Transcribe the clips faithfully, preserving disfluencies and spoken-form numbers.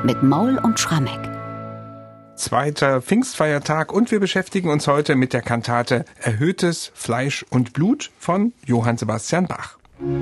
mit Maul und Schrammeck. Zweiter Pfingstfeiertag und wir beschäftigen uns heute mit der Kantate Erhöhtes Fleisch und Blut von Johann Sebastian Bach.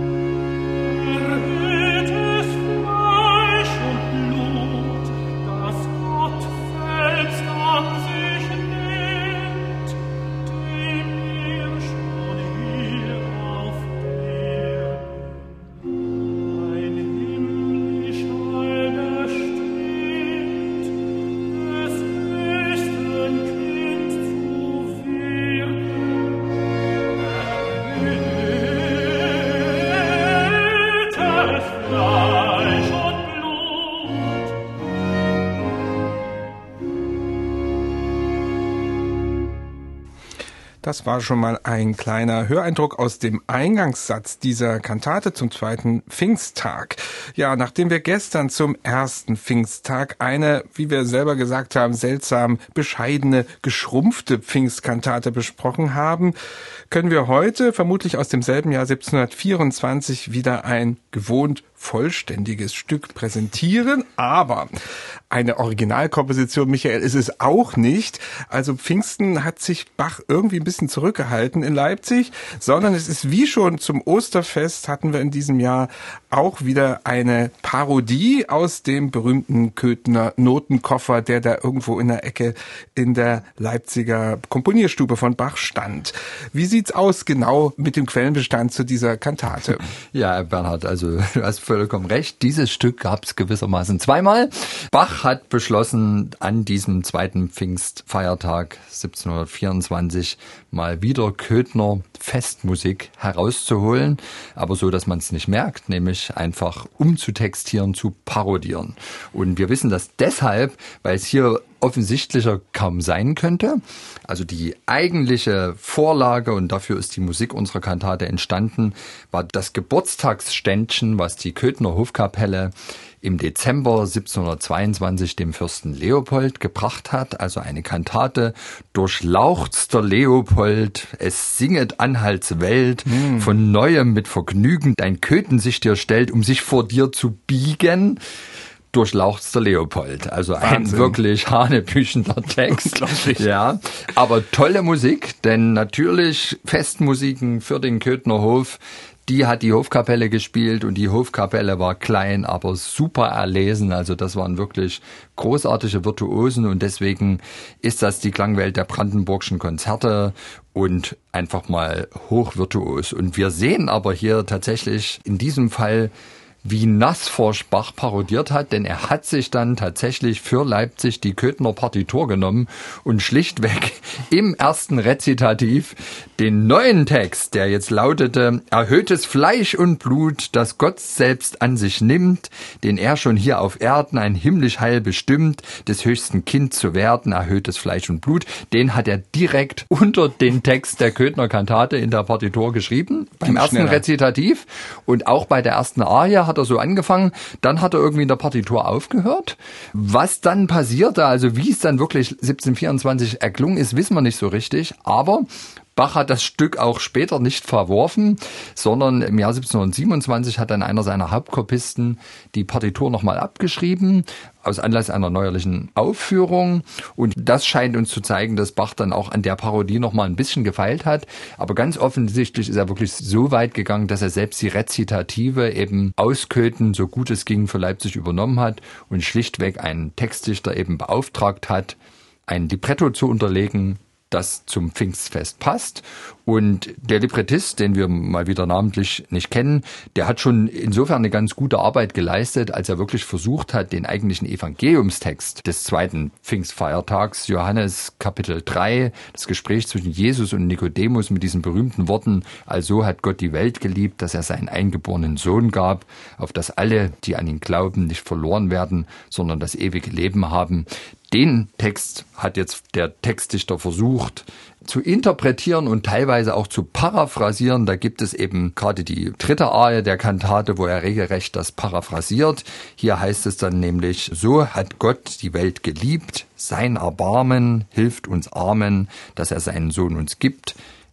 Das war schon mal ein kleiner Höreindruck aus dem Eingangssatz dieser Kantate zum zweiten Pfingsttag. Ja, nachdem wir gestern zum ersten Pfingsttag eine, wie wir selber gesagt haben, seltsam bescheidene, geschrumpfte Pfingstkantate besprochen haben, können wir heute, vermutlich aus demselben Jahr siebzehnhundertvierundzwanzig, wieder ein gewohnt vollständiges Stück präsentieren, aber eine Originalkomposition, Michael, ist es auch nicht. Also Pfingsten hat sich Bach irgendwie ein bisschen zurückgehalten in Leipzig, sondern es ist wie schon zum Osterfest hatten wir in diesem Jahr auch wieder eine Parodie aus dem berühmten Köthener Notenkoffer, der da irgendwo in der Ecke in der Leipziger Komponierstube von Bach stand. Wie sieht's aus genau mit dem Quellenbestand zu dieser Kantate? Ja, Bernhard, also du hast vollkommen recht. Dieses Stück gab es gewissermaßen zweimal. Bach hat beschlossen, an diesem zweiten Pfingstfeiertag siebzehnhundertvierundzwanzig mal wieder Köthener Festmusik herauszuholen, aber so, dass man es nicht merkt, nämlich einfach umzutextieren, zu parodieren. Und wir wissen das deshalb, weil es hier offensichtlicher kaum sein könnte. Also die eigentliche Vorlage, und dafür ist die Musik unserer Kantate entstanden, war das Geburtstagsständchen, was die Köthener Hofkapelle im Dezember siebzehnhundertzweiundzwanzig dem Fürsten Leopold gebracht hat. Also eine Kantate, durchlauchzter Leopold, es singet Anhalts Welt, mm. von Neuem mit Vergnügen dein Köthen sich dir stellt, um sich vor dir zu biegen. Durchlauchzter Leopold, also Wahnsinn. Ein wirklich hanebüchender Text. Ja, aber tolle Musik, denn natürlich Festmusiken für den Köthener Hof, die hat die Hofkapelle gespielt und die Hofkapelle war klein, aber super erlesen. Also das waren wirklich großartige Virtuosen und deswegen ist das die Klangwelt der brandenburgischen Konzerte und einfach mal hochvirtuos. Und wir sehen aber hier tatsächlich in diesem Fall, wie Nassforsch Bach parodiert hat, denn er hat sich dann tatsächlich für Leipzig die Köthener Partitur genommen und schlichtweg im ersten Rezitativ den neuen Text, der jetzt lautete: Erhöhtes Fleisch und Blut, das Gott selbst an sich nimmt, den er schon hier auf Erden ein himmlisch Heil bestimmt, des höchsten Kind zu werden, erhöhtes Fleisch und Blut, den hat er direkt unter den Text der Köthener Kantate in der Partitur geschrieben, beim ersten schneller. Rezitativ und auch bei der ersten Arie hat er so angefangen, dann hat er irgendwie in der Partitur aufgehört. Was dann passierte, also wie es dann wirklich siebzehnhundertvierundzwanzig erklungen ist, wissen wir nicht so richtig, aber Bach hat das Stück auch später nicht verworfen, sondern im Jahr siebzehnhundertsiebenundzwanzig hat dann einer seiner Hauptkompisten die Partitur nochmal abgeschrieben, aus Anlass einer neuerlichen Aufführung. Und das scheint uns zu zeigen, dass Bach dann auch an der Parodie nochmal ein bisschen gefeilt hat. Aber ganz offensichtlich ist er wirklich so weit gegangen, dass er selbst die Rezitative eben aus Köthen, so gut es ging, für Leipzig übernommen hat und schlichtweg einen Textdichter eben beauftragt hat, ein Libretto zu unterlegen, das zum Pfingstfest passt. Und der Librettist, den wir mal wieder namentlich nicht kennen, der hat schon insofern eine ganz gute Arbeit geleistet, als er wirklich versucht hat, den eigentlichen Evangeliumstext des zweiten Pfingstfeiertags, Johannes Kapitel drei, das Gespräch zwischen Jesus und Nikodemus mit diesen berühmten Worten: Also hat Gott die Welt geliebt, dass er seinen eingeborenen Sohn gab, auf dass alle, die an ihn glauben, nicht verloren werden, sondern das ewige Leben haben. Den Text hat jetzt der Textdichter versucht zu interpretieren und teilweise auch zu paraphrasieren. Da gibt es eben gerade die dritte Arie der Kantate, wo er regelrecht das paraphrasiert. Hier heißt es dann nämlich: So hat Gott die Welt geliebt, sein Erbarmen hilft uns Armen, dass er seinen Sohn uns gibt.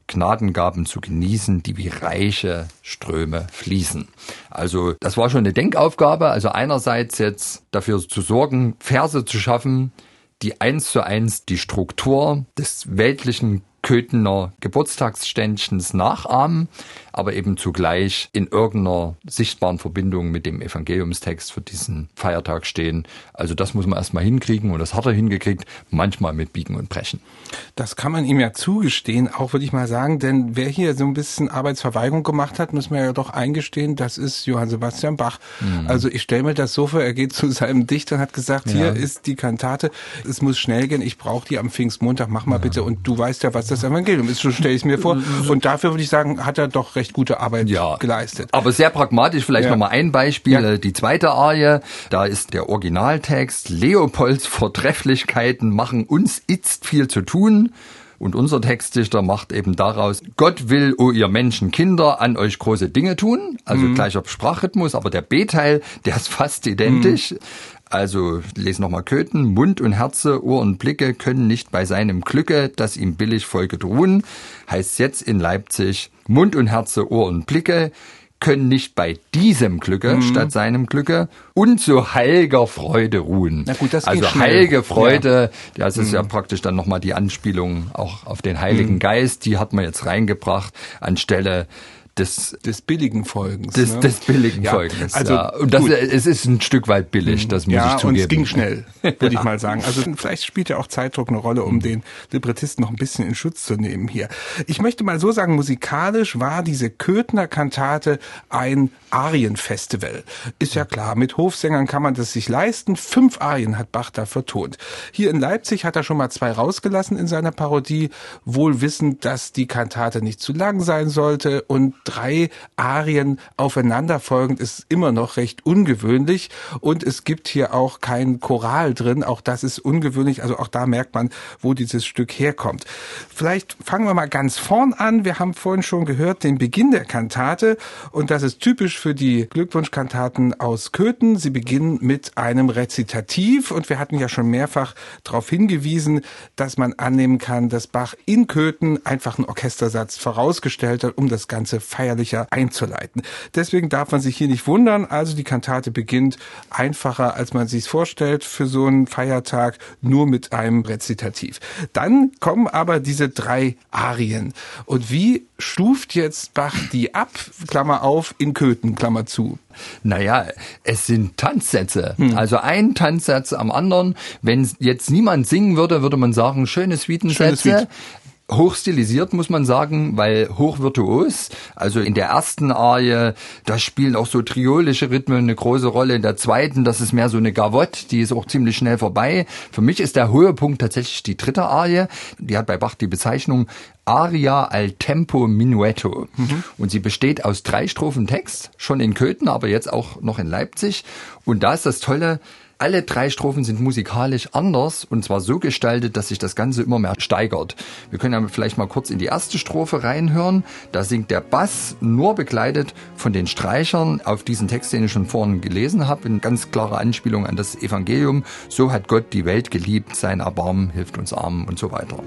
Gnadengaben zu genießen, die wie reiche Ströme fließen. Also das war schon eine Denkaufgabe, also einerseits jetzt dafür zu sorgen, Verse zu schaffen, die eins zu eins die Struktur des weltlichen Köthener Geburtstagsständchens nachahmen, aber eben zugleich in irgendeiner sichtbaren Verbindung mit dem Evangeliumstext für diesen Feiertag stehen. Also das muss man erstmal hinkriegen und das hat er hingekriegt, manchmal mit Biegen und Brechen. Das kann man ihm ja zugestehen, auch würde ich mal sagen, denn wer hier so ein bisschen Arbeitsverweigerung gemacht hat, muss man ja doch eingestehen, das ist Johann Sebastian Bach. Mhm. Also ich stelle mir das so vor, er geht zu seinem Dichter und hat gesagt, ja. Hier ist die Kantate, es muss schnell gehen, ich brauche die am Pfingstmontag, mach mal ja. bitte. Und du weißt ja, was das Evangelium ist, so stelle ich es mir vor. Und dafür würde ich sagen, hat er doch recht gute Arbeit ja. geleistet. Aber sehr pragmatisch, vielleicht ja. nochmal ein Beispiel, ja. die zweite Arie, da ist der Originaltext, Leopolds Vortrefflichkeiten machen uns itzt viel zu tun. Und unser Textdichter macht eben daraus, Gott will, o ihr Menschenkinder, an euch große Dinge tun. Also mhm. gleicher Sprachrhythmus, aber der B-Teil, der ist fast identisch. Mhm. Also, ich lese nochmal Köthen. Mund und Herze, Ohr und Blicke können nicht bei seinem Glücke, das ihm billig folget, ruhen. Heißt jetzt in Leipzig, Mund und Herze, Ohr und Blicke können nicht bei diesem Glücke mhm. statt seinem Glücke und so heilger Freude ruhen. Na gut, das geht also schnell. Heilige Freude, ja. das ist mhm. ja praktisch dann nochmal die Anspielung auch auf den Heiligen mhm. Geist, die hat man jetzt reingebracht anstelle Des, des billigen Folgens. Des, ne? des billigen ja, Folgens, also ja. Und das, es ist ein Stück weit billig, das muss ja, ich zugeben. Ja, und es ging schnell, würde ich mal sagen. Also vielleicht spielt ja auch Zeitdruck eine Rolle, um mhm. den Librettisten noch ein bisschen in Schutz zu nehmen hier. Ich möchte mal so sagen, musikalisch war diese Köthener Kantate ein Arienfestival. Ist ja klar, mit Hofsängern kann man das sich leisten. Fünf Arien hat Bach da vertont. Hier in Leipzig hat er schon mal zwei rausgelassen in seiner Parodie, wohl wissend, dass die Kantate nicht zu lang sein sollte, und drei Arien aufeinanderfolgend ist immer noch recht ungewöhnlich, und es gibt hier auch kein Choral drin, auch das ist ungewöhnlich, also auch da merkt man, wo dieses Stück herkommt. Vielleicht fangen wir mal ganz vorn an, wir haben vorhin schon gehört, den Beginn der Kantate, und das ist typisch für die Glückwunschkantaten aus Köthen. Sie beginnen mit einem Rezitativ, und wir hatten ja schon mehrfach darauf hingewiesen, dass man annehmen kann, dass Bach in Köthen einfach einen Orchestersatz vorausgestellt hat, um das Ganze feierlicher einzuleiten. Deswegen darf man sich hier nicht wundern, also die Kantate beginnt einfacher, als man sich vorstellt für so einen Feiertag, nur mit einem Rezitativ. Dann kommen aber diese drei Arien. Und wie stuft jetzt Bach die ab, Klammer auf, in Köthen, Klammer zu? Naja, es sind Tanzsätze. Hm. Also ein Tanzsatz am anderen. Wenn jetzt niemand singen würde, würde man sagen, schöne Suitensätze. Hochstilisiert, muss man sagen, weil hochvirtuos. Also in der ersten Arie, da spielen auch so triolische Rhythmen eine große Rolle. In der zweiten, das ist mehr so eine Gavotte, die ist auch ziemlich schnell vorbei. Für mich ist der Höhepunkt tatsächlich die dritte Arie. Die hat bei Bach die Bezeichnung Aria al tempo minuetto. Mhm. Und sie besteht aus drei Strophen Text, schon in Köthen, aber jetzt auch noch in Leipzig. Und da ist das Tolle, alle drei Strophen sind musikalisch anders, und zwar so gestaltet, dass sich das Ganze immer mehr steigert. Wir können ja vielleicht mal kurz in die erste Strophe reinhören. Da singt der Bass nur begleitet von den Streichern auf diesen Text, den ich schon vorhin gelesen habe, in ganz klarer Anspielung an das Evangelium. So hat Gott die Welt geliebt, sein Erbarmen hilft uns Armen und so weiter.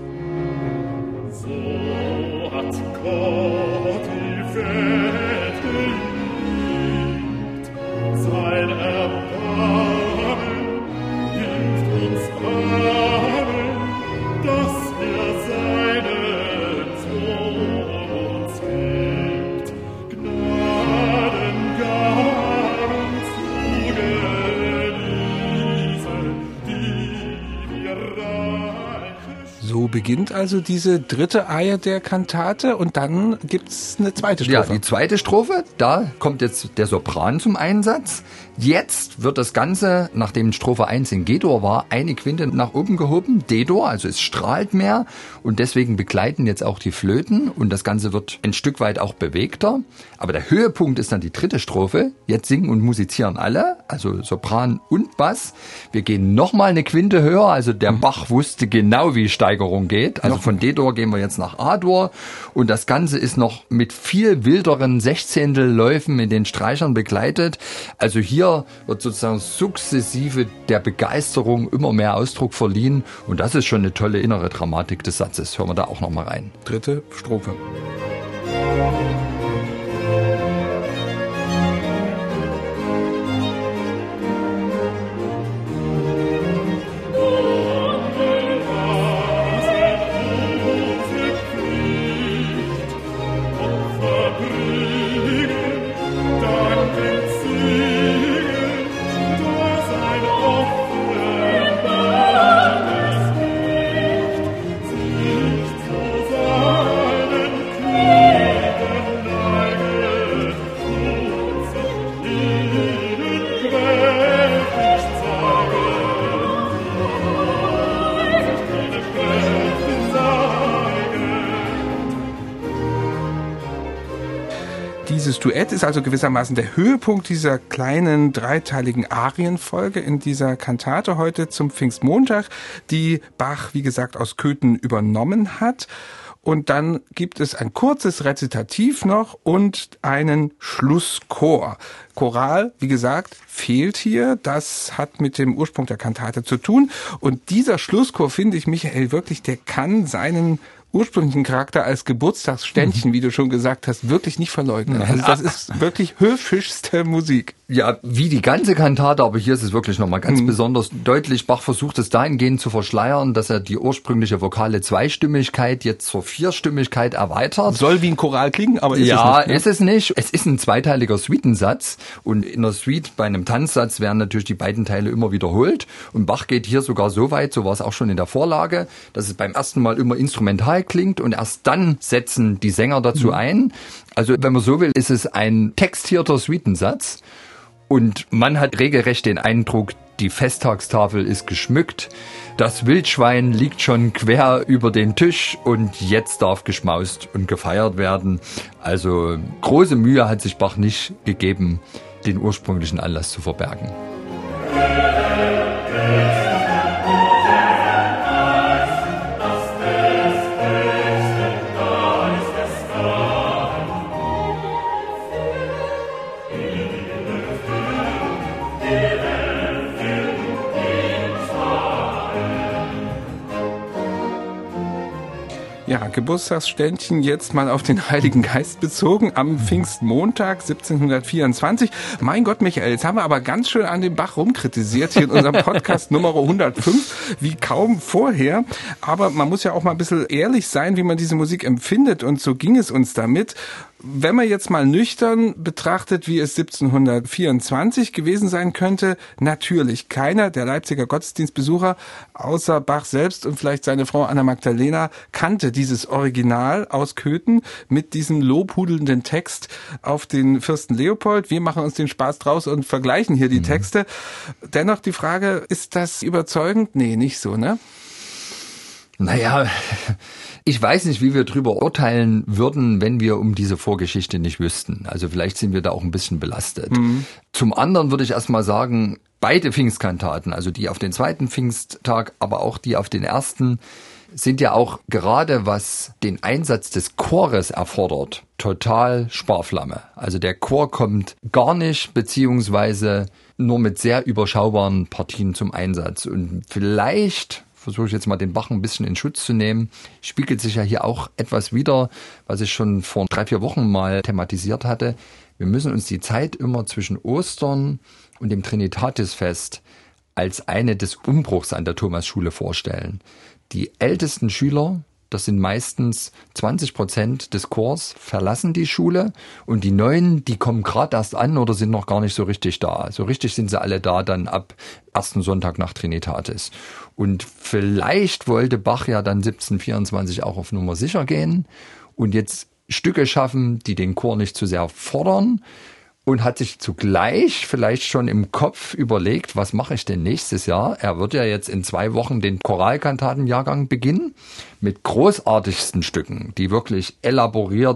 So hat Gott die Welt geliebt, sein Erbarmen So beginnt also diese dritte Arie der Kantate, und dann gibt's eine zweite Strophe. Ja, die zweite Strophe, da kommt jetzt der Sopran zum Einsatz. Jetzt wird das Ganze, nachdem Strophe eins in G-Dur war, eine Quinte nach oben gehoben, D-Dur, also es strahlt mehr, und deswegen begleiten jetzt auch die Flöten, und das Ganze wird ein Stück weit auch bewegter. Aber der Höhepunkt ist dann die dritte Strophe. Jetzt singen und musizieren alle, also Sopran und Bass. Wir gehen nochmal eine Quinte höher, also der Bach wusste genau, wie Steigerung geht. Also von D-Dur gehen wir jetzt nach A-Dur und das Ganze ist noch mit viel wilderen Sechzehntelläufen in den Streichern begleitet. Also hier wird sozusagen sukzessive der Begeisterung immer mehr Ausdruck verliehen und das ist schon eine tolle innere Dramatik des Satzes. Hören wir da auch nochmal rein. Dritte Strophe. Dieses Duett ist also gewissermaßen der Höhepunkt dieser kleinen dreiteiligen Arienfolge in dieser Kantate heute zum Pfingstmontag, die Bach, wie gesagt, aus Köthen übernommen hat. Und dann gibt es ein kurzes Rezitativ noch und einen Schlusschor. Choral, wie gesagt, fehlt hier. Das hat mit dem Ursprung der Kantate zu tun. Und dieser Schlusschor, finde ich, Michael, wirklich, der kann seinen ursprünglichen Charakter als Geburtstagsständchen, wie du schon gesagt hast, wirklich nicht verleugnen. Also das ist wirklich höfischste Musik. Ja, wie die ganze Kantate, aber hier ist es wirklich nochmal ganz mhm. besonders deutlich. Bach versucht es dahingehend zu verschleiern, dass er die ursprüngliche vokale Zweistimmigkeit jetzt zur Vierstimmigkeit erweitert. Soll wie ein Choral klingen, aber ist ja, es nicht. Ja, ist es nicht. Es ist ein zweiteiliger Suitensatz und in der Suite bei einem Tanzsatz werden natürlich die beiden Teile immer wiederholt und Bach geht hier sogar so weit, so war es auch schon in der Vorlage, dass es beim ersten Mal immer instrumental klingt und erst dann setzen die Sänger dazu mhm. ein. Also wenn man so will, ist es ein textierter Suitensatz. Und man hat regelrecht den Eindruck, die Festtagstafel ist geschmückt, das Wildschwein liegt schon quer über den Tisch und jetzt darf geschmaust und gefeiert werden. Also große Mühe hat sich Bach nicht gegeben, den ursprünglichen Anlass zu verbergen. Ja, Geburtstagsständchen jetzt mal auf den Heiligen Geist bezogen am Pfingstmontag siebzehnhundertvierundzwanzig. Mein Gott, Michael, jetzt haben wir aber ganz schön an dem Bach rumkritisiert hier in unserem Podcast Nummer hundertfünf, wie kaum vorher. Aber man muss ja auch mal ein bisschen ehrlich sein, wie man diese Musik empfindet und so ging es uns damit. Wenn man jetzt mal nüchtern betrachtet, wie es siebzehnhundertvierundzwanzig gewesen sein könnte, natürlich keiner der Leipziger Gottesdienstbesucher außer Bach selbst und vielleicht seine Frau Anna Magdalena kannte dieses Original aus Köthen mit diesem lobhudelnden Text auf den Fürsten Leopold. Wir machen uns den Spaß draus und vergleichen hier die mhm. Texte. Dennoch die Frage, ist das überzeugend? Nee, nicht so, ne? Naja, ich weiß nicht, wie wir drüber urteilen würden, wenn wir um diese Vorgeschichte nicht wüssten. Also vielleicht sind wir da auch ein bisschen belastet. Mhm. Zum anderen würde ich erstmal sagen, beide Pfingstkantaten, also die auf den zweiten Pfingsttag, aber auch die auf den ersten, sind ja auch gerade, was den Einsatz des Chores erfordert, total Sparflamme. Also der Chor kommt gar nicht, beziehungsweise nur mit sehr überschaubaren Partien zum Einsatz. Und vielleicht versuche ich jetzt mal den Bach ein bisschen in Schutz zu nehmen, spiegelt sich ja hier auch etwas wider, was ich schon vor drei, vier Wochen mal thematisiert hatte. Wir müssen uns die Zeit immer zwischen Ostern und dem Trinitatisfest als eine des Umbruchs an der Thomasschule vorstellen. Die ältesten Schüler, das sind meistens zwanzig Prozent des Chors, verlassen die Schule und die Neuen, die kommen gerade erst an oder sind noch gar nicht so richtig da. So richtig sind sie alle da dann ab ersten Sonntag nach Trinitatis. Und vielleicht wollte Bach ja dann siebzehnhundertvierundzwanzig auch auf Nummer sicher gehen und jetzt Stücke schaffen, die den Chor nicht zu sehr fordern. Und hat sich zugleich vielleicht schon im Kopf überlegt, was mache ich denn nächstes Jahr? Er wird ja jetzt in zwei Wochen den Choralkantatenjahrgang beginnen mit großartigsten Stücken, die wirklich elaboriert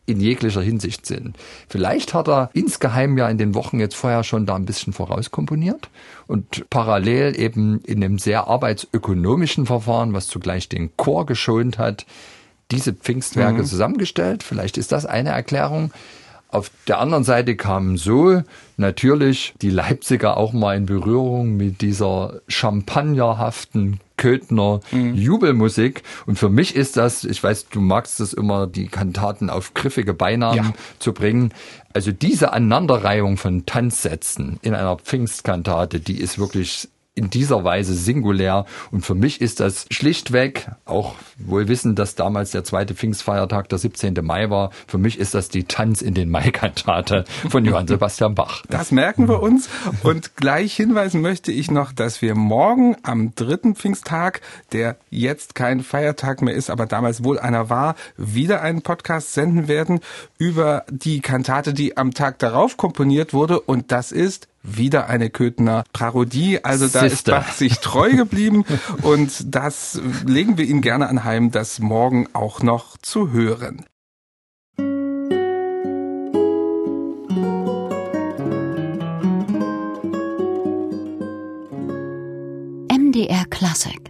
in jeglicher Hinsicht sind. Vielleicht hat er insgeheim ja in den Wochen jetzt vorher schon da ein bisschen vorauskomponiert und parallel eben in einem sehr arbeitsökonomischen Verfahren, was zugleich den Chor geschont hat, diese Pfingstwerke mhm. zusammengestellt. Vielleicht ist das eine Erklärung. Auf der anderen Seite kamen so natürlich die Leipziger auch mal in Berührung mit dieser champagnerhaften Köthner mhm. Jubelmusik. Und für mich ist das, ich weiß, du magst es immer, die Kantaten auf griffige Beinamen ja. zu bringen. Also diese Aneinanderreihung von Tanzsätzen in einer Pfingstkantate, die ist wirklich in dieser Weise singulär. Und für mich ist das schlichtweg, auch wohl wissend, dass damals der zweite Pfingstfeiertag der siebzehnte Mai war, für mich ist das die Tanz in den Mai-Kantate von Johann Sebastian Bach. Das merken wir uns. Und gleich hinweisen möchte ich noch, dass wir morgen am dritten Pfingsttag, der jetzt kein Feiertag mehr ist, aber damals wohl einer war, wieder einen Podcast senden werden über die Kantate, die am Tag darauf komponiert wurde. Und das ist wieder eine Köthner Parodie, also da Sister. ist Bach sich treu geblieben und das legen wir Ihnen gerne anheim, das morgen auch noch zu hören. M D R Klassik